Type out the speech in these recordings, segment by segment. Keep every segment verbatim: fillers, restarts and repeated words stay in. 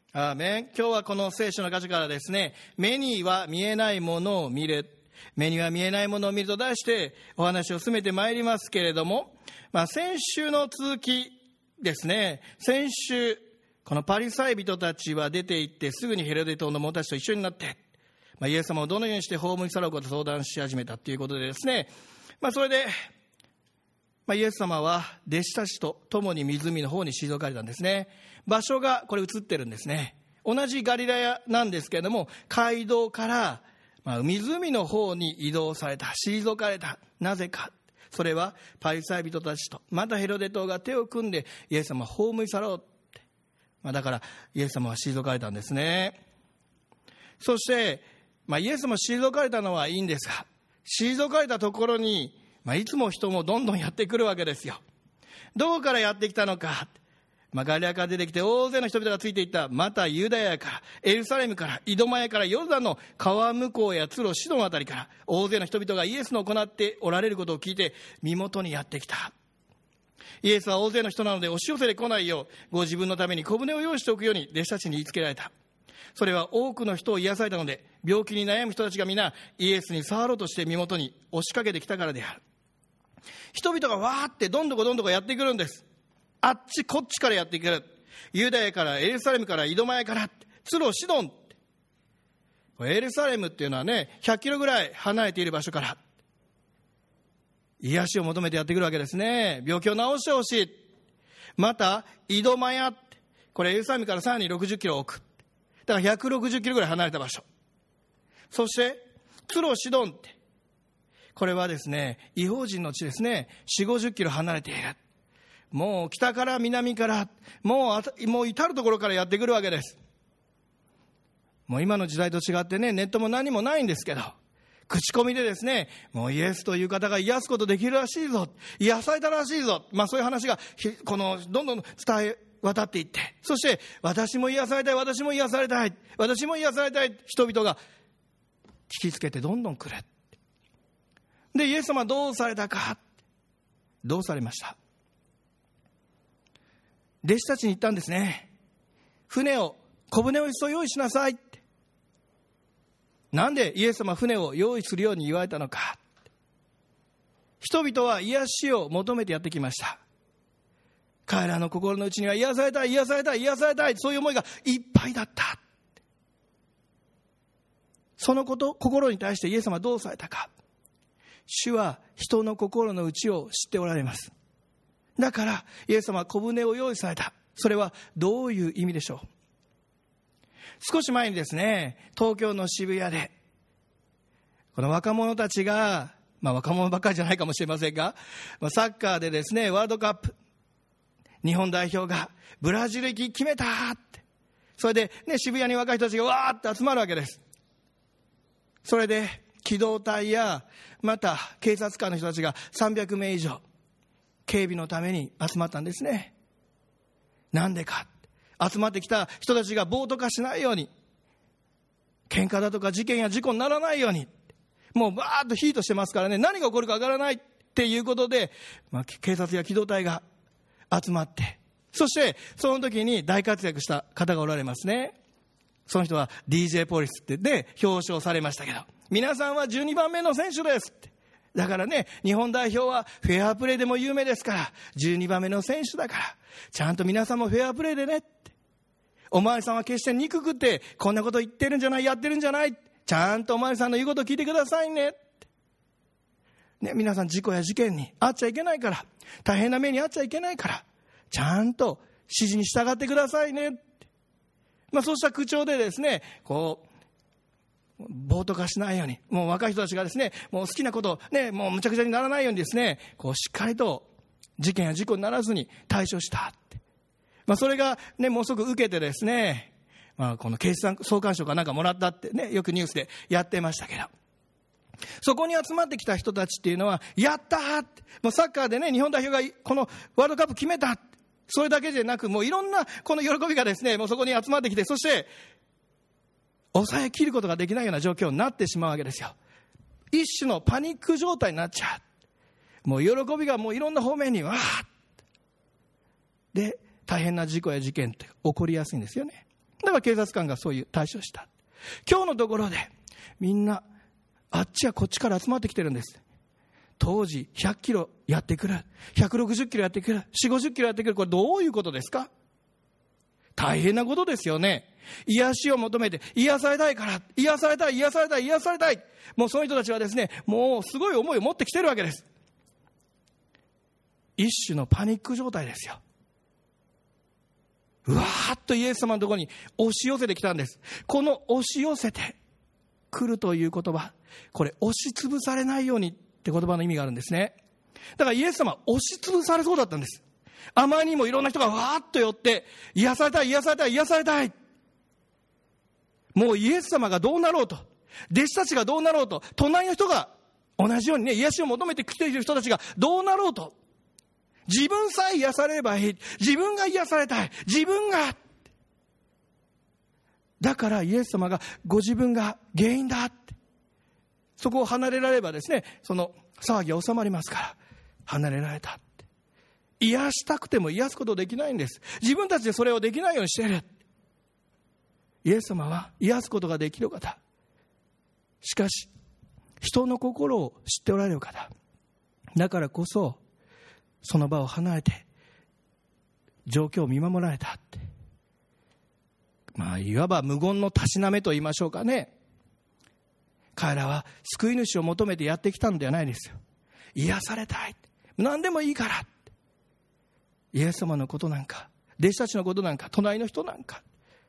アーメン。今日はこの聖書の箇所からですね、目には見えないものを見る、目には見えないものを見ると題してお話を進めてまいりますけれども、まあ、先週の続きですね。先週このパリサイ人たちは出て行ってすぐにヘロデ島の者たちと一緒になって、まあ、イエス様をどのようにして葬り去ろうかと相談し始めたということでですね、まあ、それで、まあ、イエス様は弟子たちと共に湖の方に退かれたんですね。場所がこれ映ってるんですね。同じガリラヤなんですけれども、街道からまあ湖の方に移動された、退かれた。なぜか、それはパリサイ人たちとまたヘロデ島が手を組んでイエス様を葬り去ろうって、まあ、だからイエス様は退かれたんですね。そして、まあ、イエス様退かれたのはいいんですが、退かれたところに、まあ、いつも人もどんどんやってくるわけですよ。どこからやってきたのか、まあ、ガリラから出てきて大勢の人々がついていった。またユダヤからエルサレムからイドマヤからヨルダンの川向こうやツロシドンあたりから大勢の人々がイエスの行っておられることを聞いて身元にやってきた。イエスは大勢の人なので押し寄せてこないようご自分のために小舟を用意しておくように弟子たちに言いつけられた。それは多くの人を癒されたので、病気に悩む人たちが皆イエスに触ろうとして身元に押しかけてきたからである。人々がわーってどんどこどんどこやってくるんです。あっちこっちからやってくる。ユダヤからエルサレムからイドマヤからツロシドン。エルサレムっていうのはね、ひゃっキロぐらい離れている場所から癒しを求めてやってくるわけですね。病気を治してほしい。またイドマヤ、これエルサレムからさらにろくじゅっキロ奥、だからひゃくろくじゅっキロぐらい離れた場所。そしてツロシドンって、これはですね、異邦人の地ですね。よんじゅう、ごじゅっキロ離れている。もう北から南からもう、もう至るところからやってくるわけです。もう今の時代と違ってね、ネットも何もないんですけど、口コミでですね、もうイエスという方が癒すことできるらしいぞ、癒されたらしいぞ、まあそういう話がこのどんどん伝え渡っていって、そして私も癒されたい、私も癒されたい、私も癒されたい、人々が聞きつけてどんどん来る。でイエス様はどうされたか。どうされました。弟子たちに言ったんですね。船を、小舟を一層用意しなさいって。なんでイエス様は船を用意するように言われたのか。人々は癒しを求めてやってきました。彼らの心の内には癒されたい、癒されたい、癒されたい、そういう思いがいっぱいだった。そのこと、心に対してイエス様はどうされたか。主は人の心の内を知っておられます。だからイエス様は小舟を用意された。それはどういう意味でしょう。少し前にですね、東京の渋谷でこの若者たちが、まあ若者ばっかりじゃないかもしれませんが、サッカーでですね、ワールドカップ日本代表がブラジル行き決めたって、それでね、渋谷に若い人たちがわーって集まるわけです。それで機動隊やまた警察官の人たちがさんびゃくめい以上警備のために集まったんですね。なんでか、集まってきた人たちが暴徒化しないように、喧嘩だとか事件や事故にならないように、もうバーッとヒートしてますからね、何が起こるかわからないっていうことで、まあ、警察や機動隊が集まって、そしてその時に大活躍した方がおられますね。その人は ディージェー ポリスってで表彰されましたけど、皆さんはじゅうにばんめの選手ですって。だからね、日本代表はフェアプレーでも有名ですから、じゅうにばんめの選手だからちゃんと皆さんもフェアプレーでねって。おまわりさんは決して憎くてこんなこと言ってるんじゃない、やってるんじゃない、ちゃんとおまわりさんの言うことを聞いてくださいねって、ね、皆さん事故や事件に遭っちゃいけないから、大変な目に遭っちゃいけないから、ちゃんと指示に従ってくださいねって、まあ、そうした口調でですね、こう暴徒化しないように、もう若い人たちがですね、もう好きなことね、もうむちゃくちゃにならないようにですね、こうしっかりと事件や事故にならずに対処したって、まあ、それがね、もうすぐ受けてですね、まあ、この警視総監賞かなんかもらったってね、よくニュースでやってましたけど、そこに集まってきた人たちっていうのは、やったーって、もうサッカーでね、日本代表がこのワールドカップ決めた、それだけじゃなく、もういろんなこの喜びがですね、もうそこに集まってきて、そして抑え切ることができないような状況になってしまうわけですよ。一種のパニック状態になっちゃう。もう喜びがもういろんな方面にわーっで、大変な事故や事件って起こりやすいんですよね。 だから警察官がそういう対処した。今日のところでみんなあっちやこっちから集まってきてるんです。当時ひゃっキロやってくる、ひゃくろくじゅっキロやってくる、よんじゅうごじゅっキロやってくる。これどういうことですか？大変なことですよね。癒しを求めて、癒されたいから、癒されたい、癒されたい、癒されたい。もうその人たちはですね、もうすごい思いを持ってきてるわけです。一種のパニック状態ですよ。うわーっとイエス様のところに押し寄せてきたんです。この押し寄せてくるという言葉、これ押しつぶされないようにって言葉の意味があるんですね。だからイエス様は押しつぶされそうだったんです。あまりにもいろんな人がわーっと寄って、癒されたい、癒されたい、癒されたい。もうイエス様がどうなろうと、弟子たちがどうなろうと、隣の人が同じようにね、癒しを求めてきている人たちがどうなろうと、自分さえ癒されればいい。自分が癒されたい。自分が。だからイエス様がご自分が原因だって。そこを離れられればですね、その騒ぎは収まりますから離れられたって。癒したくても癒すことできないんです。自分たちでそれをできないようにしている。イエス様は癒すことができる方。しかし人の心を知っておられる方。だからこそその場を離れて状況を見守られたって、まあいわば無言のたしなめと言いましょうかね。彼らは救い主を求めてやってきたのではないですよ。癒されたい、何でもいいから。イエス様のことなんか、弟子たちのことなんか、隣の人なんか、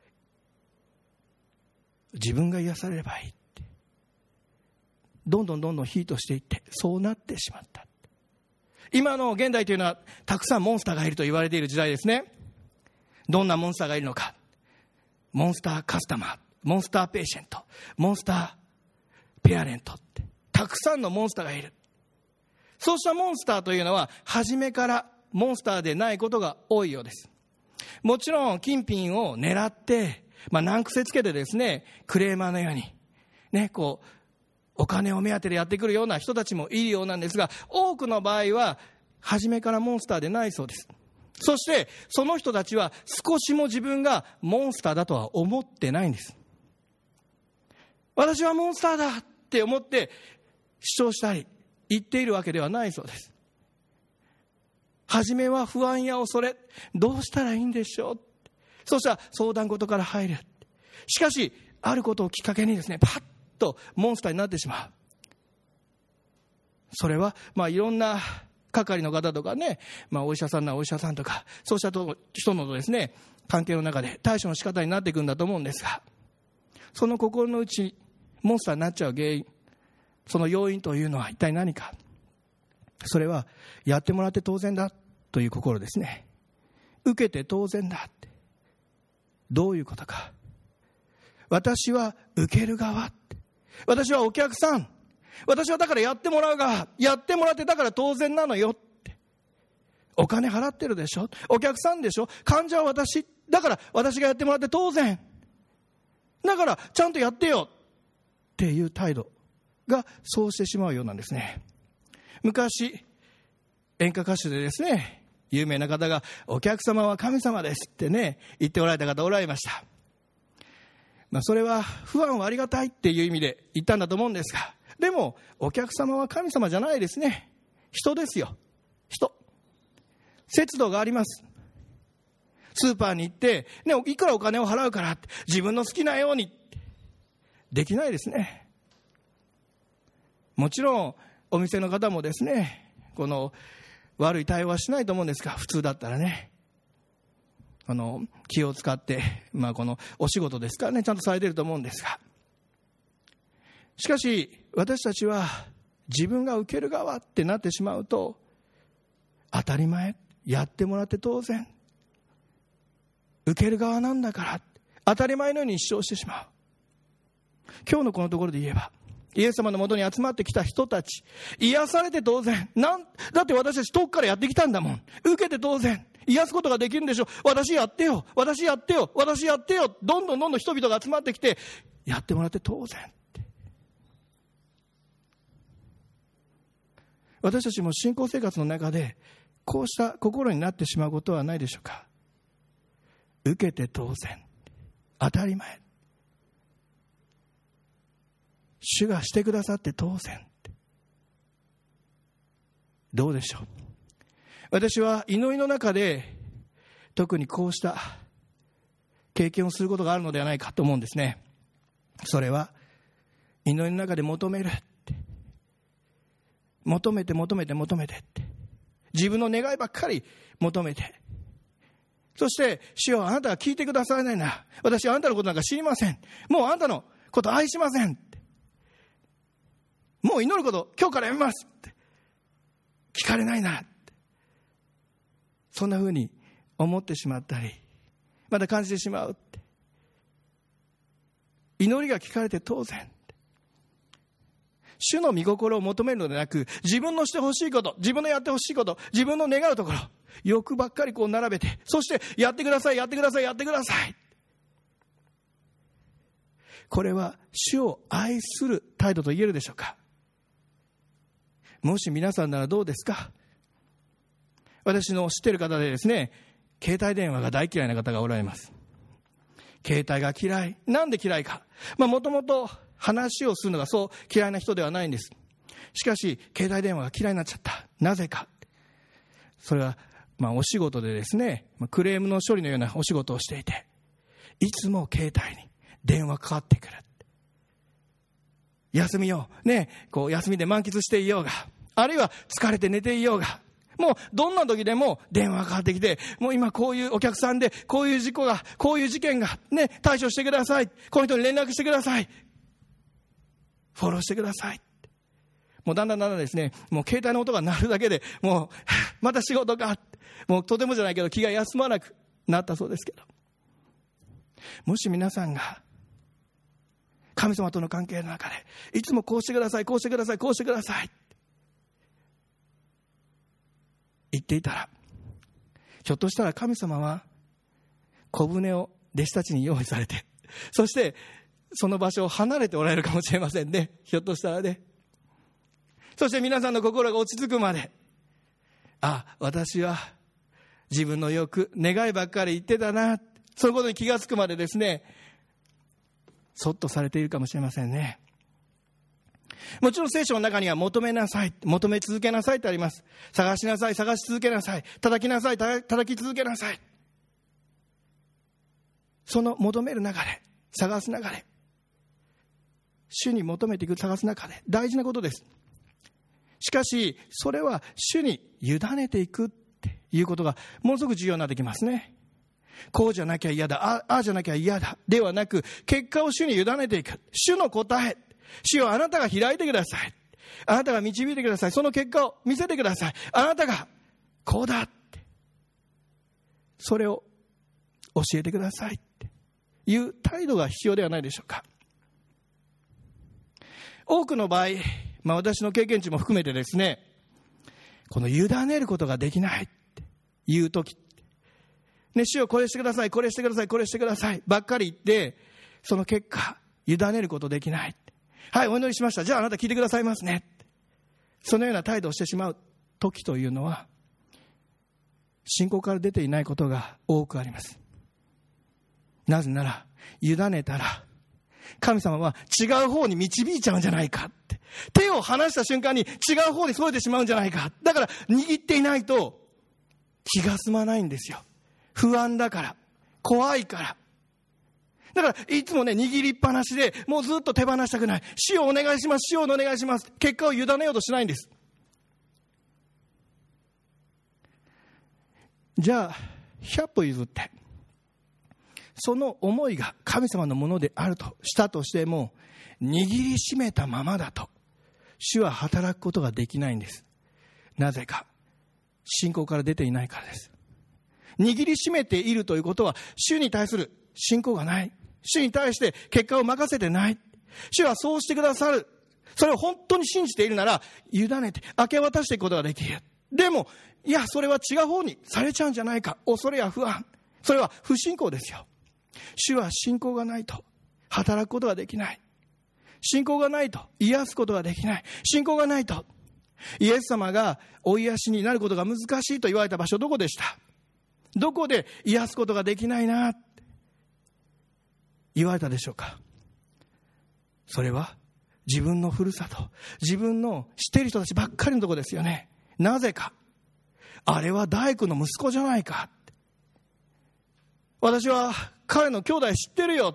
自分が癒されればいいって、どんどんどんどんヒートしていって、そうなってしまった。今の現代というのはたくさんモンスターがいると言われている時代ですね。どんなモンスターがいるのか。モンスターカスタマー、モンスターペーシェント、モンスターペアレントって、たくさんのモンスターがいる。そうしたモンスターというのは初めからモンスターでないことが多いようです。もちろん金品を狙って、まあ、難癖つけてですね、クレーマーのようにね、こうお金を目当てでやってくるような人たちもいるようなんですが、多くの場合は初めからモンスターでないそうです。そしてその人たちは少しも自分がモンスターだとは思ってないんです。私はモンスターだって思って主張したり言っているわけではないそうです。初めは不安や恐れ、どうしたらいいんでしょう。そうしたら相談事から入る。しかしあることをきっかけにですね、パッとモンスターになってしまう。それはまあいろんな係の方とかね、まあ、お医者さんなお医者さんとかそうした人のですね関係の中で対処の仕方になっていくんだと思うんですが、その心の内にモンスターになっちゃう原因、その要因というのは一体何か。それはやってもらって当然だという心ですね。受けて当然だって、どういうことか。私は受ける側って、私はお客さん、私はだからやってもらう側、やってもらってだから当然なのよって、お金払ってるでしょ、お客さんでしょ、患者は私だから私がやってもらって当然だからちゃんとやってよっていう態度がそうしてしまうようなんですね。昔演歌歌手でですね、有名な方がお客様は神様ですってね言っておられた方おられました。まあ、それは不安はありがたいっていう意味で言ったんだと思うんですが、でもお客様は神様じゃないですね。人ですよ、人。節度があります。スーパーに行って、ね、いくらお金を払うからって自分の好きなようにできないですね。もちろんお店の方もですね、この悪い対応はしないと思うんですが、普通だったらね、この気を使って、まあ、このお仕事ですからね、ちゃんとされていると思うんですが、しかし私たちは自分が受ける側ってなってしまうと、当たり前、やってもらって当然、受ける側なんだから当たり前のように主張してしまう。今日のこのところで言えば、イエス様のもとに集まってきた人たち、癒されて当然、なんだって私たち遠くからやってきたんだもん、受けて当然、癒すことができるんでしょ、私やってよ、私やってよ、私やってよ、どんどんどんどん人々が集まってきてやってもらって当然って。私たちも信仰生活の中でこうした心になってしまうことはないでしょうか。受けて当然、 当たり前。主がしてくださって当然。どうでしょう。私は祈りの中で特にこうした経験をすることがあるのではないかと思うんですね。それは祈りの中で求めるって、求めて求めて求めてって、自分の願いばっかり求めて、そして主よ、あなたが聞いてくださらないなら私はあなたのことなんか知りません、もうあなたのこと愛しませんって、もう祈ること今日からやめますって聞かれないなって、そんなふうに思ってしまったりまた感じてしまうって、祈りが聞かれて当然って、主の御心を求めるのではなく、自分のしてほしいこと、自分のやってほしいこと、自分の願うところ、欲ばっかりこう並べて、そしてやってくださいやってくださいやってください。これは主を愛する態度と言えるでしょうか。もし皆さんならどうですか。私の知っている方でですね、携帯電話が大嫌いな方がおられます。携帯が嫌い。なんで嫌いか。まあもともと話をするのがそう嫌いな人ではないんです。しかし携帯電話が嫌いになっちゃった。なぜか。それはまあお仕事でですね、クレームの処理のようなお仕事をしていて、いつも携帯に電話かかってくる。休みをね、こう休みで満喫していようが、あるいは疲れて寝ていようが、もうどんな時でも電話がかかってきて、もう今こういうお客さんでこういう事故が、こういう事件がね、対処してください、この人に連絡してください、フォローしてください。もうだんだんだんだんですね、もう携帯の音が鳴るだけでもうまた仕事か、もうとてもじゃないけど気が休まなくなったそうですけど、もし皆さんが神様との関係の中でいつもこうしてくださいこうしてくださいこうしてください言っていたら、ひょっとしたら神様は小舟を弟子たちに用意されて、そしてその場所を離れておられるかもしれませんね。ひょっとしたらね。そして皆さんの心が落ち着くまで、あ、私は自分の欲願いばっかり言ってたな、そのことに気がつくまでですね、そっとされているかもしれませんね。もちろん聖書の中には求めなさい、求め続けなさいってあります。探しなさい、探し続けなさい、叩きなさい、叩き続けなさい。その求める中で、探す中で、主に求めていく、探す中で大事なことです。しかしそれは主に委ねていくっていうことがものすごく重要になってきますね。こうじゃなきゃ嫌だ、ああじゃなきゃ嫌だではなく、結果を主に委ねていく。主の答え、主よ、あなたが開いてください、あなたが導いてください、その結果を見せてください、あなたがこうだって、それを教えてくださいっていう態度が必要ではないでしょうか。多くの場合、まあ、私の経験値も含めてですね、この委ねることができないっていう時ね、主よこれしてください、これしてください、これしてくださいばっかり言って、その結果委ねることできない。はい、お祈りしました、じゃああなた聞いてくださいますね、そのような態度をしてしまう時というのは、信仰から出ていないことが多くあります。なぜなら委ねたら神様は違う方に導いちゃうんじゃないかって、手を離した瞬間に違う方にそれてしまうんじゃないか、だから握っていないと気が済まないんですよ。不安だから、怖いから。だからいつもね、握りっぱなしでもうずっと手放したくない、主をお願いします、主をお願いします、結果を委ねようとしないんです。じゃあひゃっぽ譲って、その思いが神様のものであるとしたとしても、握りしめたままだと主は働くことができないんです。なぜか、信仰から出ていないからです。握りしめているということは、主に対する信仰がない、主に対して結果を任せてない、主はそうしてくださる、それを本当に信じているなら委ねて明け渡していくことができる。でもいや、それは違う方にされちゃうんじゃないか、恐れや不安、それは不信仰ですよ。主は信仰がないと働くことができない、信仰がないと癒すことができない、信仰がないとイエス様がお癒しになることが難しいと言われた場所、どこでした？どこで癒すことができないな、 言われたでしょうか。それは自分のふるさと、自分の知っている人たちばっかりのところですよね。なぜか、あれは大工の息子じゃないか、私は彼の兄弟知ってるよ、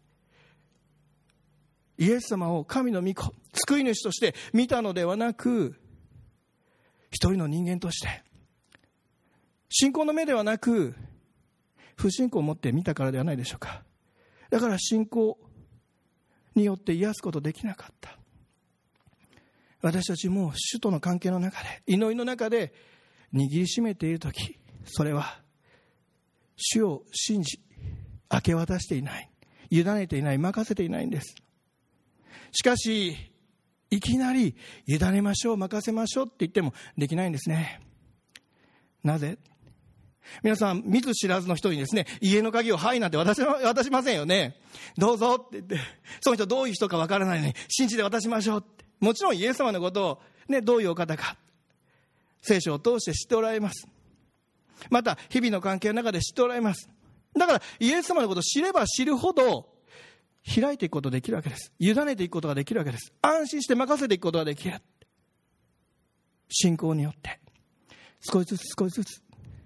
イエス様を神の御子、救い主として見たのではなく、一人の人間として信仰の目ではなく不信仰を持って見たからではないでしょうか。だから信仰によって癒すことできなかった。私たちも主との関係の中で、祈りの中で握りしめているとき、それは主を信じ明け渡していない、委ねていない、任せていないんです。しかしいきなり委ねましょう、任せましょうって言ってもできないんですね。なぜ？皆さん見ず知らずの人にですね、家の鍵をはいなんて渡し、渡しませんよね。どうぞって言って、その人どういう人かわからないのに信じて渡しましょうって。もちろんイエス様のことを、ね、どういうお方か聖書を通して知っておられます。また日々の関係の中で知っておられます。だからイエス様のことを知れば知るほど開いていくことができるわけです。委ねていくことができるわけです。安心して任せていくことができる。信仰によって少しずつ少しずつ、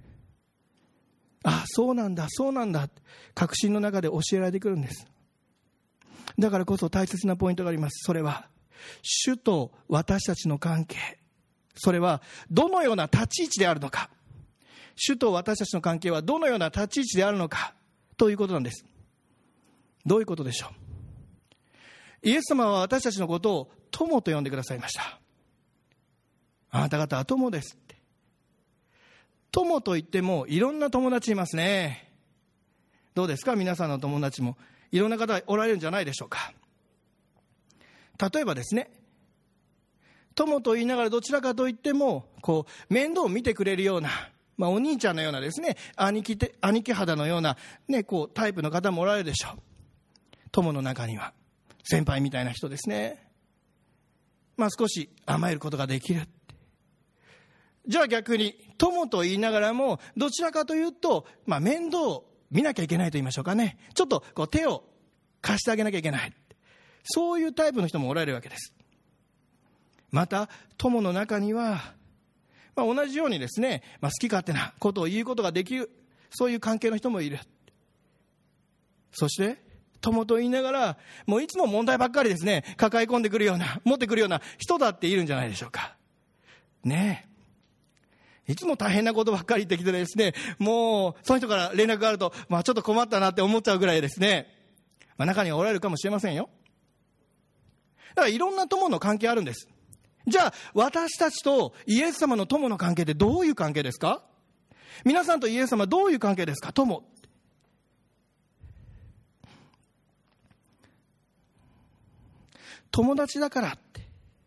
ああそうなんだそうなんだ、確信の中で教えられてくるんです。だからこそ大切なポイントがあります。それは主と私たちの関係、それはどのような立ち位置であるのか、主と私たちの関係はどのような立ち位置であるのかということなんです。どういうことでしょう。イエス様は私たちのことを友と呼んでくださいました。あなた方は友ですって。友といってもいろんな友達いますね。どうですか、皆さんの友達もいろんな方おられるんじゃないでしょうか。例えばですね、友と言いながらどちらかといってもこう面倒を見てくれるような、まあ、お兄ちゃんのようなですね、兄貴て兄貴肌のような、ね、こうタイプの方もおられるでしょう。友の中には先輩みたいな人ですね、まあ、少し甘えることができる。じゃあ逆に友と言いながらもどちらかというと、まあ、面倒を見なきゃいけないと言いましょうかね、ちょっとこう手を貸してあげなきゃいけない、そういうタイプの人もおられるわけです。また友の中には、まあ、同じようにですね、まあ、好き勝手なことを言うことができる、そういう関係の人もいる。そして友と言いながらもういつも問題ばっかりですね抱え込んでくるような、持ってくるような人だっているんじゃないでしょうかね。えいつも大変なことばっかり言ってきてですね、もうその人から連絡があると、まあ、ちょっと困ったなって思っちゃうぐらいですね、まあ、中にはおられるかもしれませんよ。だからいろんな友の関係あるんです。じゃあ私たちとイエス様の友の関係ってどういう関係ですか。皆さんとイエス様はどういう関係ですか。友、友達だからって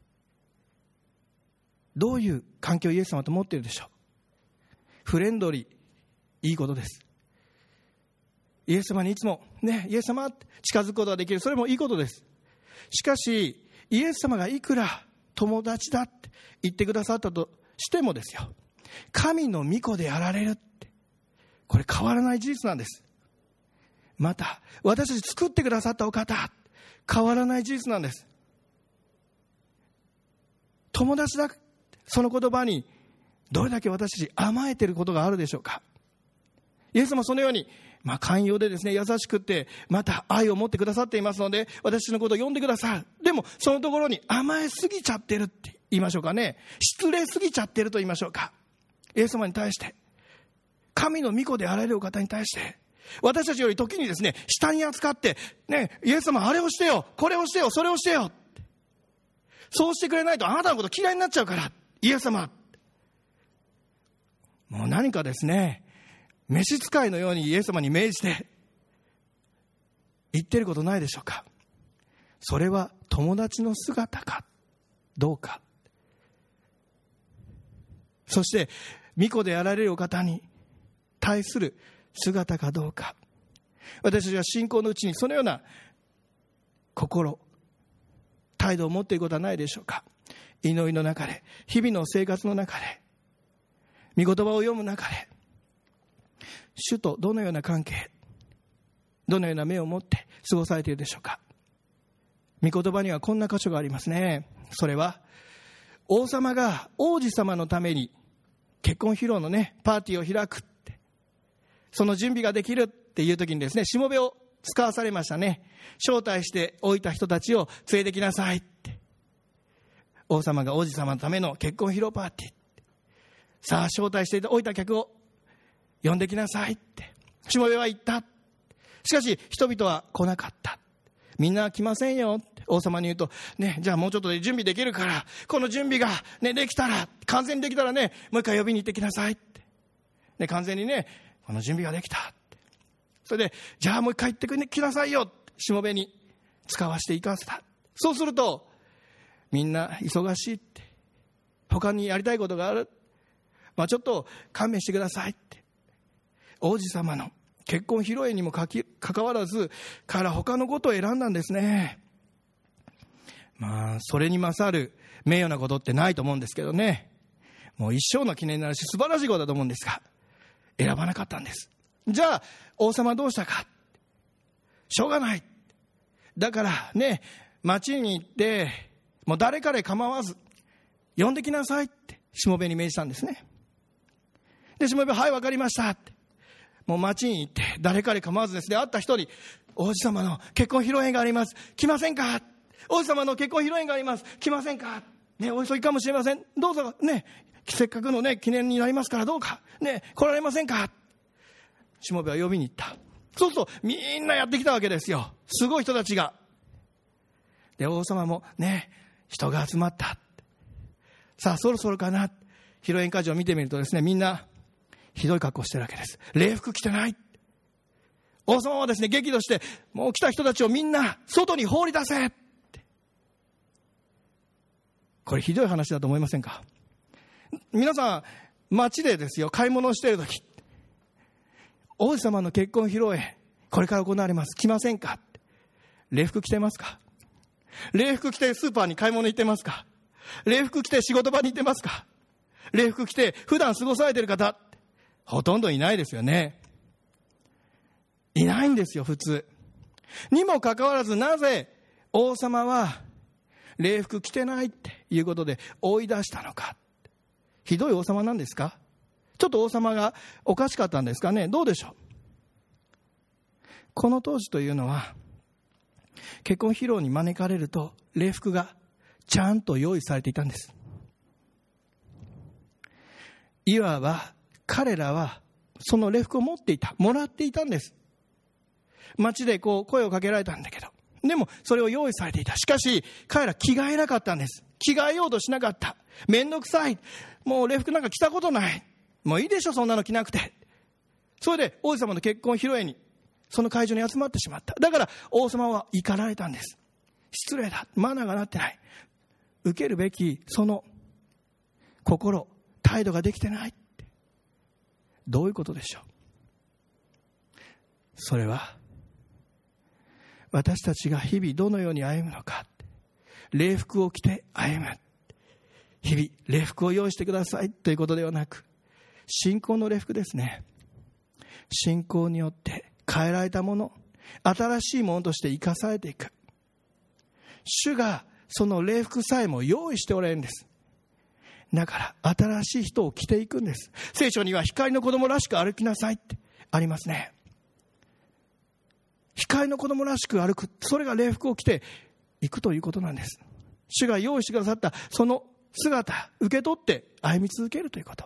どういう関係をイエス様と持っているでしょう。フレンドリー、いいことです。イエス様にいつもね、イエス様って近づくことができる、それもいいことです。しかしイエス様がいくら友達だって言ってくださったとしてもですよ、神の御子であられるって、これ変わらない事実なんです。また私たち作ってくださったお方、変わらない事実なんです。友達だ、その言葉にどれだけ私たち甘えていることがあるでしょうか。イエス様はそのように、まあ、寛容でですね、優しくてまた愛を持ってくださっていますので、私のことを呼んでくださる。でもそのところに甘えすぎちゃってるって言いましょうかね、失礼すぎちゃってると言いましょうか。イエス様に対して、神の御子であられるお方に対して、私たちより時にですね、下に扱ってね、イエス様あれをしてよ、これをしてよ、それをしてよ、そうしてくれないとあなたのこと嫌いになっちゃうから、イエス様もう何かですね、召使いのようにイエス様に命じて言ってることないでしょうか。それは友達の姿かどうか、そして御子であられるお方に対する姿かどうか、私たちは信仰のうちにそのような心、態度を持っていることはないでしょうか。祈りの中で、日々の生活の中で、御言葉を読む中で、主とどのような関係、 どのような目を持って過ごされているでしょうか。御言葉にはこんな箇所がありますね。それは王様が王子様のために結婚披露のねパーティーを開くって、その準備ができるっていう時にですね、しもべを使わされましたね。招待しておいた人たちを連れてきなさいって、王様が王子様のための結婚披露パーティー、さあ招待しておいた客を呼んできなさいってしもべは言った。しかし人々は来なかった。みんな来ませんよって王様に言うと、ね、じゃあもうちょっとで準備できるから、この準備が、ね、できたら、完全にできたらね、もう一回呼びに行ってきなさいって、ね、完全にねこの準備ができたって、それでじゃあもう一回行ってきなさいよってしもべに使わしていかせた。そうするとみんな忙しいって、他にやりたいことがある、まあ、ちょっと勘弁してくださいって、王子様の結婚披露宴にもかき関わらずから他のことを選んだんですね。まあそれに勝る名誉なことってないと思うんですけどね、もう一生の記念になるし素晴らしいことだと思うんですが、選ばなかったんです。じゃあ王様どうしたか、しょうがない、だからね町に行ってもう誰彼構わず呼んできなさいってしもべに命じたんですね。でしもべははい分かりましたって、もう町に行って誰彼構わずですね、会った人に王子様の結婚披露宴があります、来ませんか、王子様の結婚披露宴があります、来ませんか、ね、お急ぎかもしれません、どうぞね、せっかくのね記念になりますからどうかね来られませんか。しもべは呼びに行った。そうするとみんなやってきたわけですよ、すごい人たちが。で王様もね人が集まった、さあそろそろかな、披露宴会場を見てみるとですね、みんなひどい格好してるわけです。礼服着てない。王様はですね激怒して、もう来た人たちをみんな外に放り出せって。これひどい話だと思いませんか。皆さん街でですよ買い物をしているとき、王子様の結婚披露宴これから行われます、来ませんかって、礼服着てますか。礼服着てスーパーに買い物行ってますか。礼服着て仕事場に行ってますか。礼服着て普段過ごされている方ほとんどいないですよね。いないんですよ普通にもかかわらず、なぜ王様は礼服着てないっていうことで追い出したのか。ひどい王様なんですか。ちょっと王様がおかしかったんですかね。どうでしょう。この当時というのは結婚披露に招かれると礼服がちゃんと用意されていたんです。いわば彼らはその礼服を持っていた、もらっていたんです。街でこう声をかけられたんだけど、でもそれを用意されていた。しかし彼ら着替えなかったんです。着替えようとしなかった。めんどくさい、もう礼服なんか着たことない、もういいでしょそんなの着なくて。それで王子様の結婚披露宴にその会場に集まってしまった。だから王様は怒られたんです。失礼だ、マナーがなってない、受けるべきその心態度ができてないって。どういうことでしょう。それは私たちが日々どのように歩むのか、礼服を着て歩む、日々礼服を用意してくださいということではなく、信仰の礼服ですね。信仰によって変えられたもの、新しいものとして生かされていく。主がその礼服さえも用意しておられるんです。だから新しい人を着ていくんです。聖書には光の子供らしく歩きなさいってありますね。光の子供らしく歩く、それが礼服を着ていくということなんです。主が用意してくださったその姿、受け取って歩み続けるということ。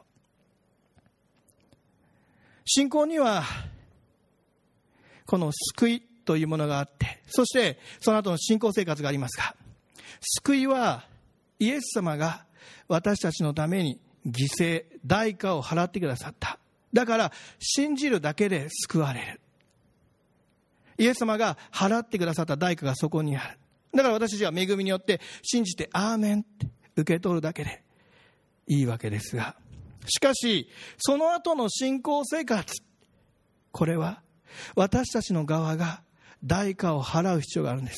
信仰にはこの救いというものがあって、そしてその後の信仰生活がありますが、救いはイエス様が私たちのために犠牲、代価を払ってくださった。だから信じるだけで救われる。イエス様が払ってくださった代価がそこにある。だから私たちは恵みによって信じてアーメンって受け取るだけでいいわけですが、しかしその後の信仰生活、これは私たちの側が代価を払う必要があるんです。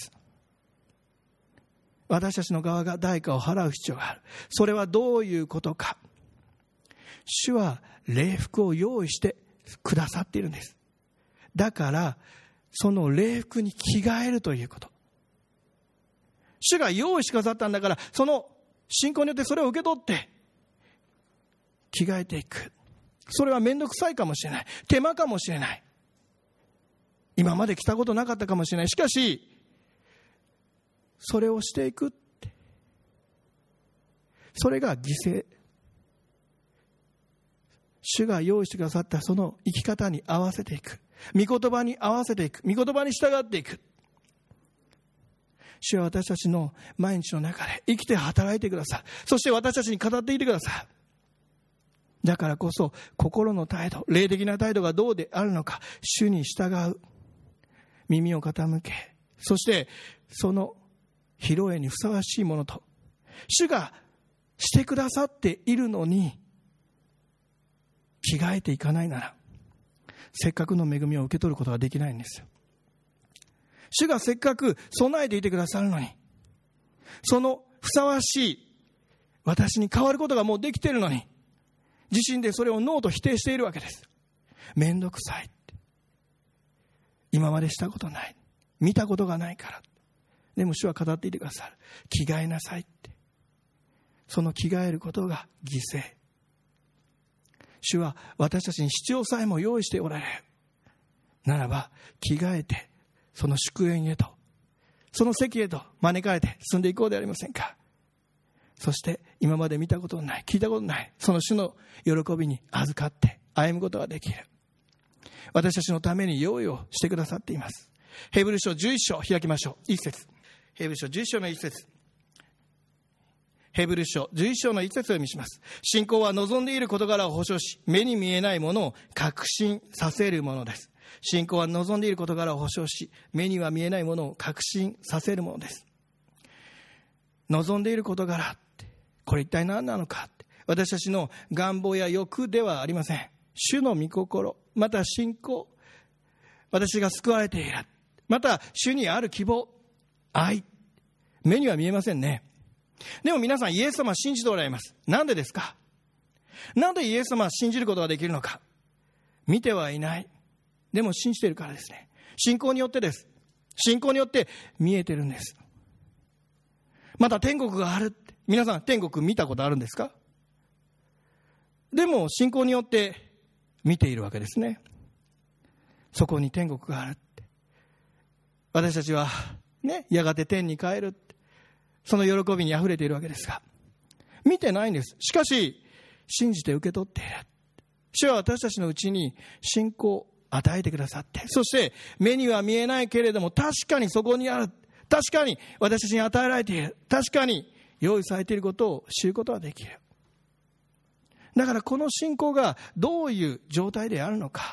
私たちの側が代価を払う必要がある。それはどういうことか。主は礼服を用意してくださっているんです。だからその礼服に着替えるということ。主が用意してくださったんだから、その信仰によってそれを受け取って着替えていく。それは面倒くさいかもしれない、手間かもしれない、今まで着たことなかったかもしれない。しかしそれをしていくって、それが犠牲。主が用意してくださったその生き方に合わせていく、御言葉に合わせていく、御言葉に従っていく。主は私たちの毎日の中で生きて働いてください。そして私たちに語っていてください。だからこそ心の態度、霊的な態度がどうであるのか、主に従う、耳を傾け、そしてその披露宴にふさわしいものと、主がしてくださっているのに着替えていかないなら、せっかくの恵みを受け取ることができないんですよ。主がせっかく備えていてくださるのに、そのふさわしい私に変わることがもうできているのに、自身でそれをノーと否定しているわけです。めんどくさいって、今までしたことない、見たことがないから。でも主は語っていてくださる。着替えなさいって。その着替えることが犠牲。主は私たちに必要さえも用意しておられるならば、着替えてその祝宴へと、その席へと招かれて進んでいこうではありませんか。そして今まで見たことのない、聞いたことのない、その主の喜びに預かって歩むことができる。私たちのために用意をしてくださっています。ヘブル書じゅういち章開きましょう。一節。ヘブル書じゅういち章の一節。ヘブル書じゅういち章の一節を読みします。信仰は望んでいる事柄を保証し、目に見えないものを確信させるものです。信仰は望んでいる事柄を保証し、目には見えないものを確信させるものです。望んでいる事柄って、これ一体何なのかって、私たちの願望や欲ではありません。主の御心、また信仰、私が救われている、また主にある希望、愛、目には見えませんね。でも皆さんイエス様を信じておられます。なんでですか。なんでイエス様を信じることができるのか。見てはいない、でも信じているからですね。信仰によってです。信仰によって見えてるんです。また天国があるって、皆さん天国見たことあるんですか。でも信仰によって見ているわけですね。そこに天国があるって、私たちはね、やがて天に帰るって、その喜びにあふれているわけですが、見てないんです。しかし信じて受け取っている。主は私たちのうちに信仰を与えてくださって、そして目には見えないけれども確かにそこにある、確かに私たちに与えられている、確かに用意されていることを知ることができる。だからこの信仰がどういう状態であるのか、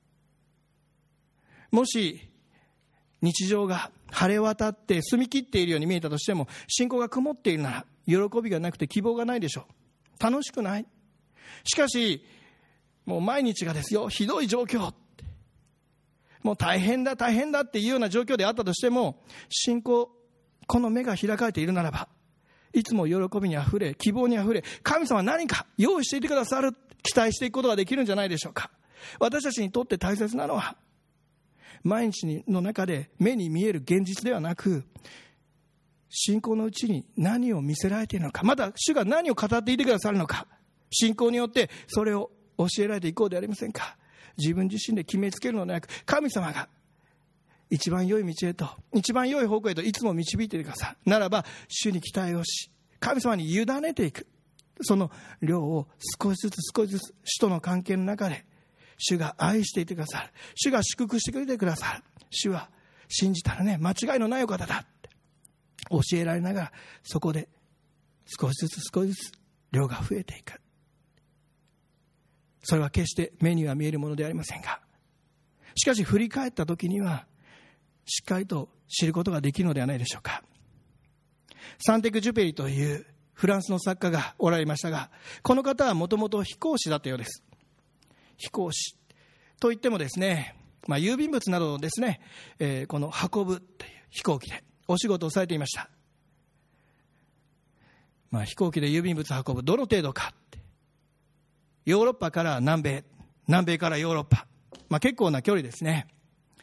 もし日常が晴れ渡って澄み切っているように見えたとしても、信仰が曇っているなら喜びがなくて希望がないでしょう。楽しくない。しかしもう毎日がですよ、ひどい状況、もう大変だ大変だっていうような状況であったとしても、信仰、この目が開かれているならば、いつも喜びにあふれ、希望にあふれ、神様は何か用意していてくださる、期待していくことができるんじゃないでしょうか。私たちにとって大切なのは、毎日の中で目に見える現実ではなく、信仰のうちに何を見せられているのか、また主が何を語っていてくださるのか、信仰によってそれを教えられていこうではありませんか。自分自身で決めつけるのではなく、神様が一番良い道へと、一番良い方向へといつも導いていてくださるならば、主に期待をし、神様に委ねていく。その量を少しずつ少しずつ主との関係の中で、主が愛していてくださる、主が祝福してくれてくださる、主は信じたらね、間違いのないお方だって教えられながら、そこで少しずつ少しずつ量が増えていく。それは決して目には見えるものではありませんが、しかし振り返った時にはしっかりと知ることができるのではないでしょうか。サンテク・ジュペリというフランスの作家がおられましたが、この方はもともと飛行士だったようです。飛行士といってもですね、まあ、郵便物などをですね、えー、この運ぶという飛行機でお仕事をされていました。まあ、飛行機で郵便物を運ぶ、どの程度かって、ヨーロッパから南米、南米からヨーロッパ、まあ、結構な距離ですね。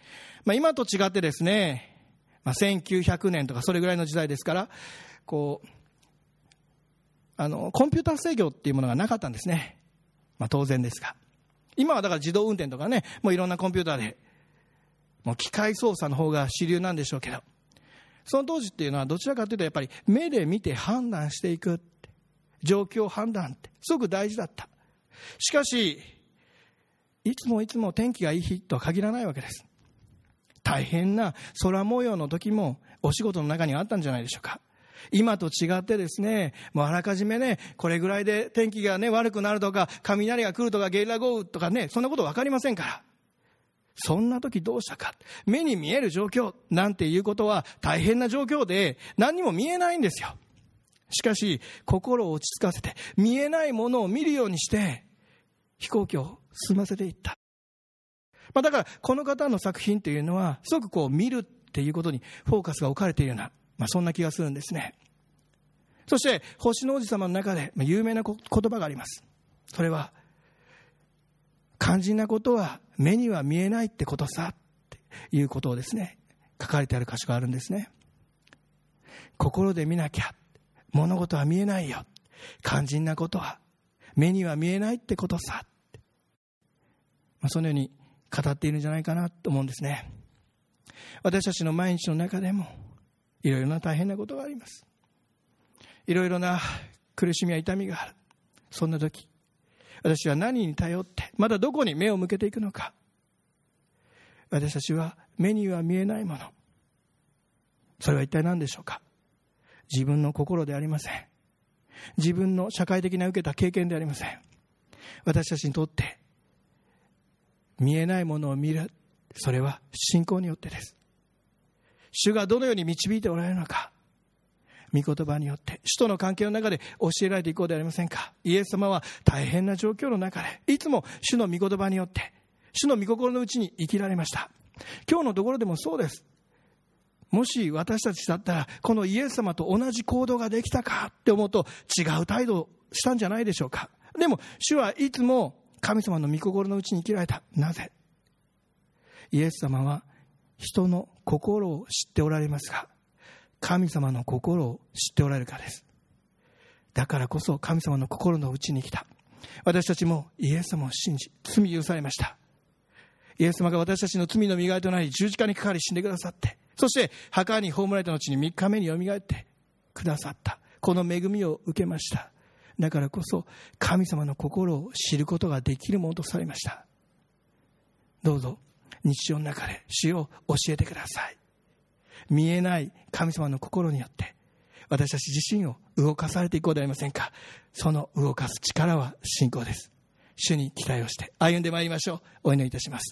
まあ、今と違ってですね、まあ、せんきゅうひゃくねんとかそれぐらいの時代ですから、こうあのコンピューター制御っていうものがなかったんですね。まあ、当然ですが、今はだから自動運転とかね、もういろんなコンピューターでもう機械操作の方が主流なんでしょうけど、その当時っていうのはどちらかというとやっぱり目で見て判断していく、状況判断ってすごく大事だった。しかしいつもいつも天気がいい日とは限らないわけです。大変な空模様の時もお仕事の中にはあったんじゃないでしょうか。今と違ってですね、もうあらかじめね、これぐらいで天気がね悪くなるとか、雷が来るとか、ゲリラ豪雨とかね、そんなこと分かりませんから。そんな時どうしたか、目に見える状況なんていうことは大変な状況で何にも見えないんですよ。しかし心を落ち着かせて見えないものを見るようにして飛行機を進ませていった。まあ、だからこの方の作品というのはすごくこう見るっていうことにフォーカスが置かれているような、まあ、そんな気がするんですね。そして星の王子様の中で有名な言葉があります。それは肝心なことは目には見えないってことさっていうことをですね、書かれてある箇所があるんですね。心で見なきゃ物事は見えないよ、肝心なことは目には見えないってことさ、まあ、そのように語っているんじゃないかなと思うんですね。私たちの毎日の中でもいろいろな大変なことがあります。いろいろな苦しみや痛みがある。そんな時、私は何に頼ってまだどこに目を向けていくのか。私たちは目には見えないもの、それは一体何でしょうか。自分の心でありません。自分の社会的な受けた経験でありません。私たちにとって見えないものを見る、それは信仰によってです。主がどのように導いておられるのか、御言葉によって主との関係の中で教えられていこうではありませんか。イエス様は大変な状況の中でいつも主の御言葉によって主の御心のうちに生きられました。今日のところでもそうです。もし私たちだったらこのイエス様と同じ行動ができたかって思うと違う態度をしたんじゃないでしょうか。でも主はいつも神様の御心のうちに生きられた。なぜ？イエス様は人の心を知っておられますが、神様の心を知っておられるからです。だからこそ神様の心のうちに来た。私たちもイエス様を信じ罪許されました。イエス様が私たちの罪の身代わりとなり十字架にかかり死んでくださって、そして墓に葬られた後にみっかめによみがえってくださった。この恵みを受けました。だからこそ神様の心を知ることができるものとされました。どうぞ日常の中で主を教えてください。見えない神様の心によって私たち自身を動かされていこうではありませんか。その動かす力は信仰です。主に期待をして歩んでまいりましょう。お祈りいたします。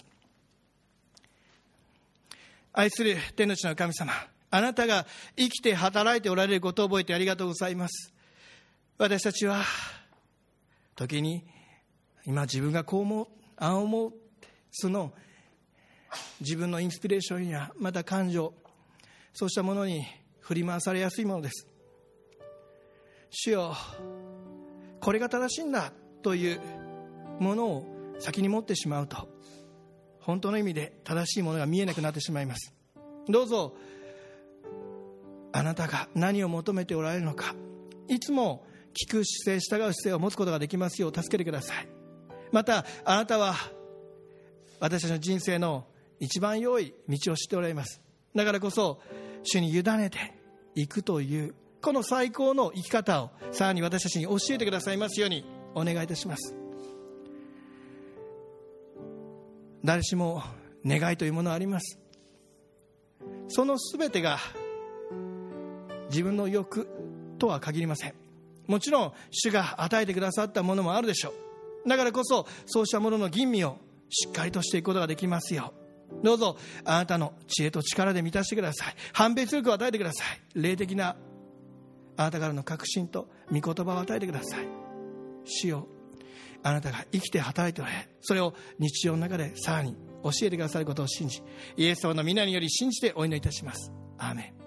愛する天の地の神様、あなたが生きて働いておられることを覚えてありがとうございます。私たちは時に今自分がこう思うああ思う、その自分のインスピレーションやまた感情、そうしたものに振り回されやすいものです。主よ、これが正しいんだというものを先に持ってしまうと本当の意味で正しいものが見えなくなってしまいます。どうぞあなたが何を求めておられるのか、いつも聞く姿勢、従う姿勢を持つことができますよう助けてください。またあなたは私たちの人生の一番良い道を知っておられます。だからこそ主に委ねていくというこの最高の生き方をさらに私たちに教えてくださいますようにお願いいたします。誰しも願いというものはあります。そのすべてが自分の欲とは限りません。もちろん主が与えてくださったものもあるでしょう。だからこそそうしたものの吟味をしっかりとしていくことができますよう、どうぞあなたの知恵と力で満たしてください。判別力を与えてください。霊的なあなたからの確信と御言葉を与えてください。主よ、あなたが生きて働いておられ、それを日常の中でさらに教えてくださることを信じ、イエス様の皆により信じてお祈りいたします。アーメン。